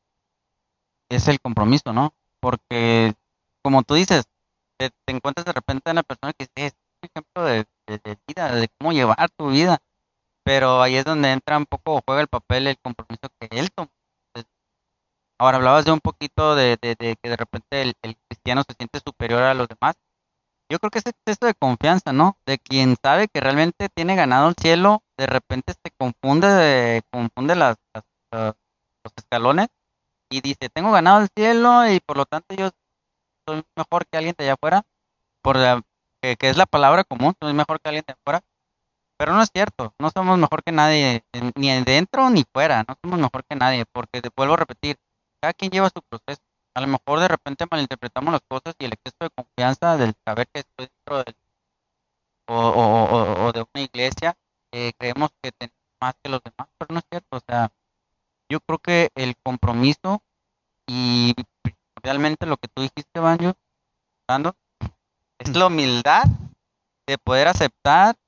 es el compromiso, ¿no? Porque, como tú dices, te, te encuentras de repente en una persona que dice, es un ejemplo de, de- de vida, de cómo llevar tu vida, pero ahí es donde entra un poco, juega el papel el compromiso que él toma. Entonces, ahora hablabas de un poquito de, de- de que de repente el, el cristiano se siente superior a los demás. Yo creo que es exceso de confianza, ¿no? De quien sabe que realmente tiene ganado el cielo, de repente se confunde, de- confunde las, las, ah, los escalones y dice, tengo ganado el cielo y por lo tanto yo soy mejor que alguien de allá afuera, por la- que, que es la palabra común, soy mejor que alguien de afuera, pero no es cierto, no somos mejor que nadie, en- ni dentro ni fuera, no somos mejor que nadie, porque te vuelvo a repetir, cada quien lleva su proceso. A lo mejor de repente malinterpretamos las cosas y el exceso de confianza del saber que estoy dentro del, o, o, o, o de una iglesia, eh, creemos que tenemos más que los demás, pero no es cierto, o sea, yo creo que el compromiso y realmente lo que tú dijiste, Banjo, Fernando, es la humildad de poder aceptar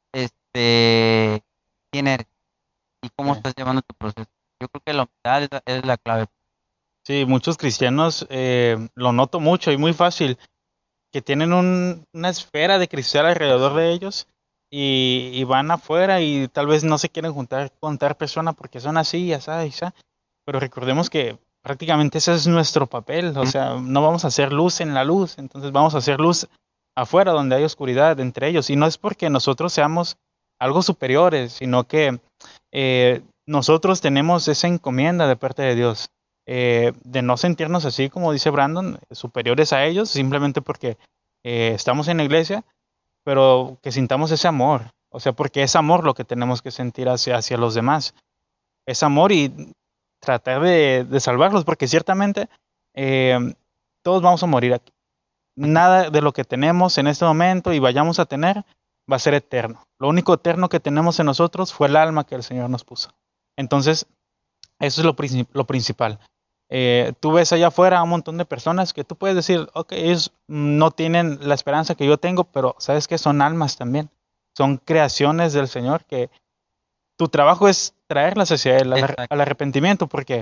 este quién eres y cómo Sí. estás llevando tu proceso. Yo creo que la humildad es la, es la clave. Sí, muchos cristianos eh, lo noto mucho y muy fácil, que tienen un- una esfera de cristal alrededor de ellos y, y van afuera y tal vez no se quieren juntar con tal persona porque son así, así, así. Pero recordemos que prácticamente ese es nuestro papel, o sea, no vamos a hacer luz en la luz, entonces vamos a hacer luz afuera donde hay oscuridad entre ellos. Y no es porque nosotros seamos algo superiores, sino que eh, nosotros tenemos esa encomienda de parte de Dios, eh, de no sentirnos así, como dice Brandon, superiores a ellos, simplemente porque eh, estamos en la iglesia, pero que sintamos ese amor, o sea, porque es amor lo que tenemos que sentir hacia, hacia los demás, es amor y tratar de, de salvarlos, porque ciertamente eh, todos vamos a morir aquí. Nada de lo que tenemos en este momento y vayamos a tener va a ser eterno. Lo único eterno que tenemos en nosotros fue el alma que el Señor nos puso. Entonces, eso es lo, princip- lo principal. Eh, tú ves allá afuera a un montón de personas que tú puedes decir, ok, ellos no tienen la esperanza que yo tengo, pero sabes que son almas también. Son creaciones del Señor que tu trabajo es traerlas hacia Él, al, ar- Exacto. al arrepentimiento, porque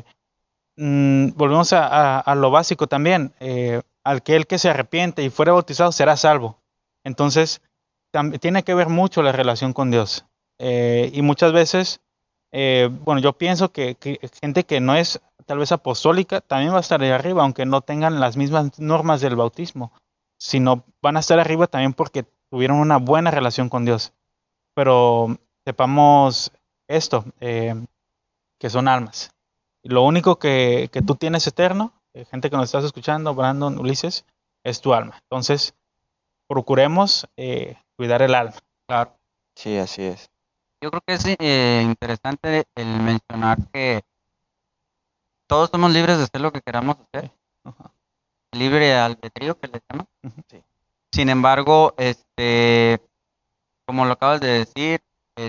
mm, volvemos a, a- a lo básico también. Eh, aquel que se arrepiente y fuera bautizado será salvo. Entonces, tam- tiene que ver mucho la relación con Dios. Eh, y muchas veces, eh, bueno, yo pienso que, que gente que no es tal vez apostólica también va a estar ahí arriba, aunque no tengan las mismas normas del bautismo, sino van a estar arriba también porque tuvieron una buena relación con Dios. Pero sepamos esto, eh, que son almas. Y lo único que, que tú tienes eterno, eh, gente que nos estás escuchando, Brandon, Ulises, es tu alma. Entonces, procuremos eh, cuidar el alma. Claro. Sí, así es. Yo creo que es eh, interesante el mencionar que todos somos libres de hacer lo que queramos hacer, Ajá. libre albedrío que le llaman. Ujú. Sí. Sin embargo, este, como lo acabas de decir, eh,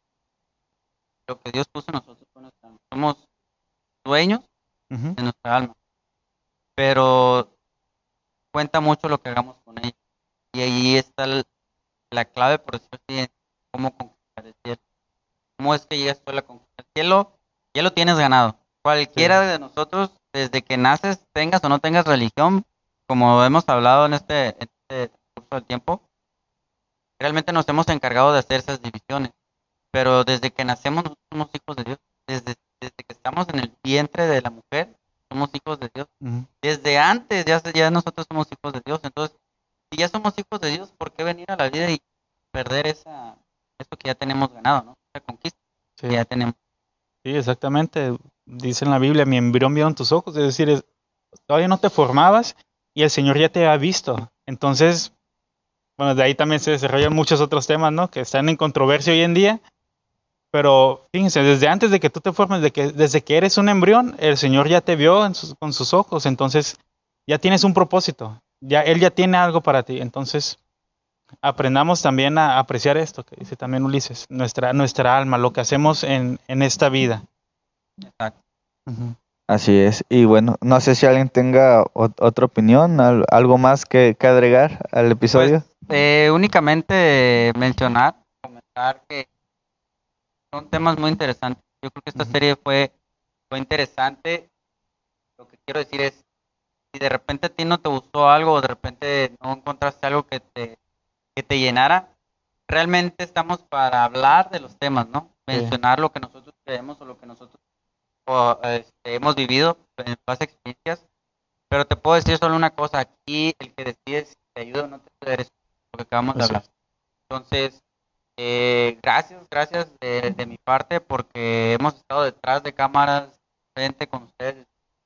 lo que Dios puso en nosotros fue nuestra alma. Somos dueños Ujú. de nuestra alma, pero cuenta mucho lo que hagamos con ella. Y ahí está el- la clave, por decirlo así, en cómo conquistar el cielo. ¿Cómo es que llegas tú a la conquista del cielo? Ya lo tienes ganado. Cualquiera de nosotros, desde que naces, tengas o no tengas religión, como hemos hablado en este, en este curso del tiempo, realmente nos hemos encargado de hacer esas divisiones. Pero desde que nacemos, nosotros somos hijos de Dios. Desde, desde que estamos en el vientre de la mujer, somos hijos de Dios. Ujú. Desde antes ya, ya nosotros somos hijos de Dios. Entonces, si ya somos hijos de Dios, ¿por qué venir a la vida y perder esa, eso que ya tenemos ganado, ¿no? Esa conquista Sí. que ya tenemos. Sí, exactamente. Dice en la Biblia, mi embrión vieron tus ojos, es decir, es- todavía no te formabas y el Señor ya te ha visto. Entonces, bueno, de ahí también se desarrollan muchos otros temas, ¿no? Que están en controversia hoy en día, pero fíjense, desde antes de que tú te formes, de que, desde que eres un embrión, el Señor ya te vio en sus- con sus ojos, entonces ya tienes un propósito, ya Él ya tiene algo para ti. Entonces, aprendamos también a apreciar esto que dice también Ulises, nuestra, nuestra alma, lo que hacemos en, en esta vida. Exacto. Ujú. Así es. Y bueno, no sé si alguien tenga ot- otra opinión, al- algo más que, que agregar al episodio. Pues eh, únicamente mencionar, comentar que son temas muy interesantes. Yo creo que esta Ujú. serie fue, fue interesante. Lo que quiero decir es, si de repente a ti no te gustó algo o de repente no encontraste algo que te, que te llenara, realmente estamos para hablar de los temas, ¿no? Sí. Mencionar lo que nosotros creemos o lo que nosotros o, este, hemos vivido en las experiencias. Pero te puedo decir solo una cosa, aquí el que decide si te ayuda o no te ayuda eres tú, lo que acabamos de Así hablar. es. Entonces, eh, gracias, gracias de, de mi parte porque hemos estado detrás de cámaras, frente con ustedes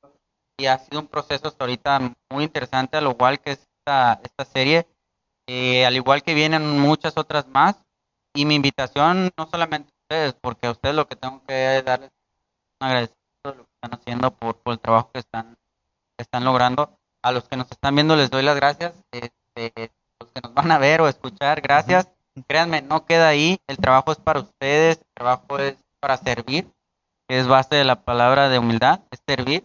y ha sido un proceso hasta ahorita muy interesante, al igual que esta, esta serie, eh, al igual que vienen muchas otras más. Y mi invitación no solamente a ustedes, porque a ustedes lo que tengo que darles es un agradecimiento de lo que están haciendo por, por el trabajo que están están logrando. A los que nos están viendo les doy las gracias. Este, los que nos van a ver o escuchar, gracias. Ujú. Créanme, no queda ahí. El trabajo es para ustedes, el trabajo es para servir, que es base de la palabra de humildad, es servir.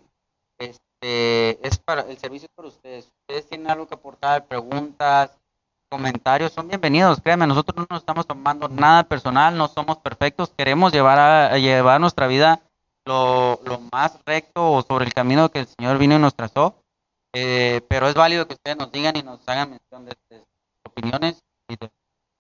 Este, es para, el servicio es para ustedes. Ustedes tienen algo que aportar, preguntas, comentarios, son bienvenidos. Créanme, nosotros no nos estamos tomando nada personal, no somos perfectos, queremos llevar a, a llevar nuestra vida lo, lo más recto o sobre el camino que el Señor vino y nos trazó. Eh, pero es válido que ustedes nos digan y nos hagan mención de, de sus opiniones y de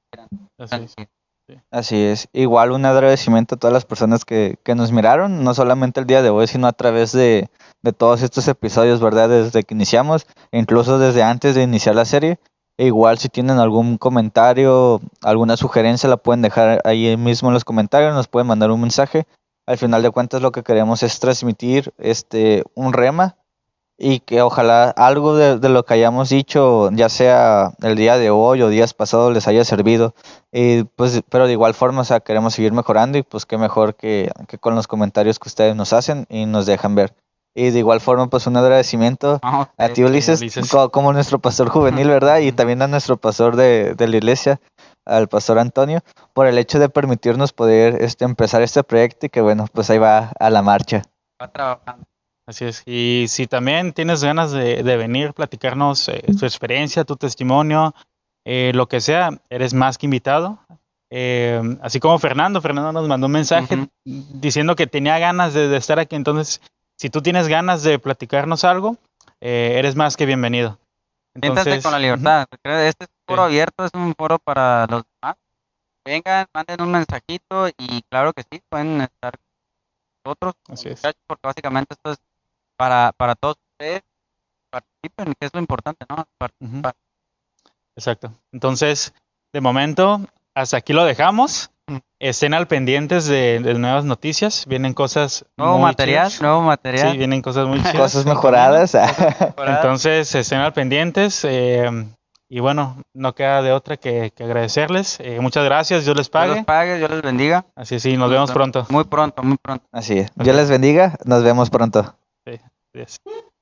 Así es. Así es. Igual un agradecimiento a todas las personas que, que nos miraron, no solamente el día de hoy, sino a través de, de todos estos episodios, ¿verdad? Desde que iniciamos, e incluso desde antes de iniciar la serie. E igual si tienen algún comentario, alguna sugerencia, la pueden dejar ahí mismo en los comentarios, nos pueden mandar un mensaje. Al final de cuentas lo que queremos es transmitir este un rema y que ojalá algo de, de lo que hayamos dicho, ya sea el día de hoy o días pasados, les haya servido. Y pues, pero de igual forma, o sea, queremos seguir mejorando y pues qué mejor que, que con los comentarios que ustedes nos hacen y nos dejan ver. Y de igual forma, pues un agradecimiento No, a ustedes, ti, Ulises, Ulises. co- como nuestro pastor juvenil, ¿verdad? Y también a nuestro pastor de, de la iglesia, al pastor Antonio, por el hecho de permitirnos poder este, empezar este proyecto y que bueno, pues ahí va a la marcha. va trabajando. Así es. Y si también tienes ganas de, de venir, platicarnos eh, tu experiencia, tu testimonio, eh, lo que sea, eres más que invitado. Eh, así como Fernando, Fernando nos mandó un mensaje Ujú. diciendo que tenía ganas de, de estar aquí. Entonces, si tú tienes ganas de platicarnos algo, eh, eres más que bienvenido. Siéntanse Entonces, con la ujú, libertad. Este es un foro sí, abierto, es un foro para los demás. Vengan, manden un mensajito y claro que sí, pueden estar con nosotros, con los así es. muchachos, porque básicamente esto es para, para todos ustedes. Participen, que es lo importante, ¿no? Ujú, Participar. exacto. Entonces, de momento, hasta aquí lo dejamos. Mm. Estén al pendientes de, de nuevas noticias. Vienen cosas Nuevo muy material, chidas. nuevo Sí, material. vienen cosas muy chidas. Cosas en camino. mejoradas. Mejoradas. Entonces, estén al pendientes. eh, Y bueno, no queda de otra que, que agradecerles. Eh, muchas gracias, Dios les Dios pague. los pague, Dios les bendiga. Así es, sí, nos vemos pronto. Muy pronto, muy pronto. Así es. Ok. Dios les bendiga. Nos vemos pronto. Sí, sí es.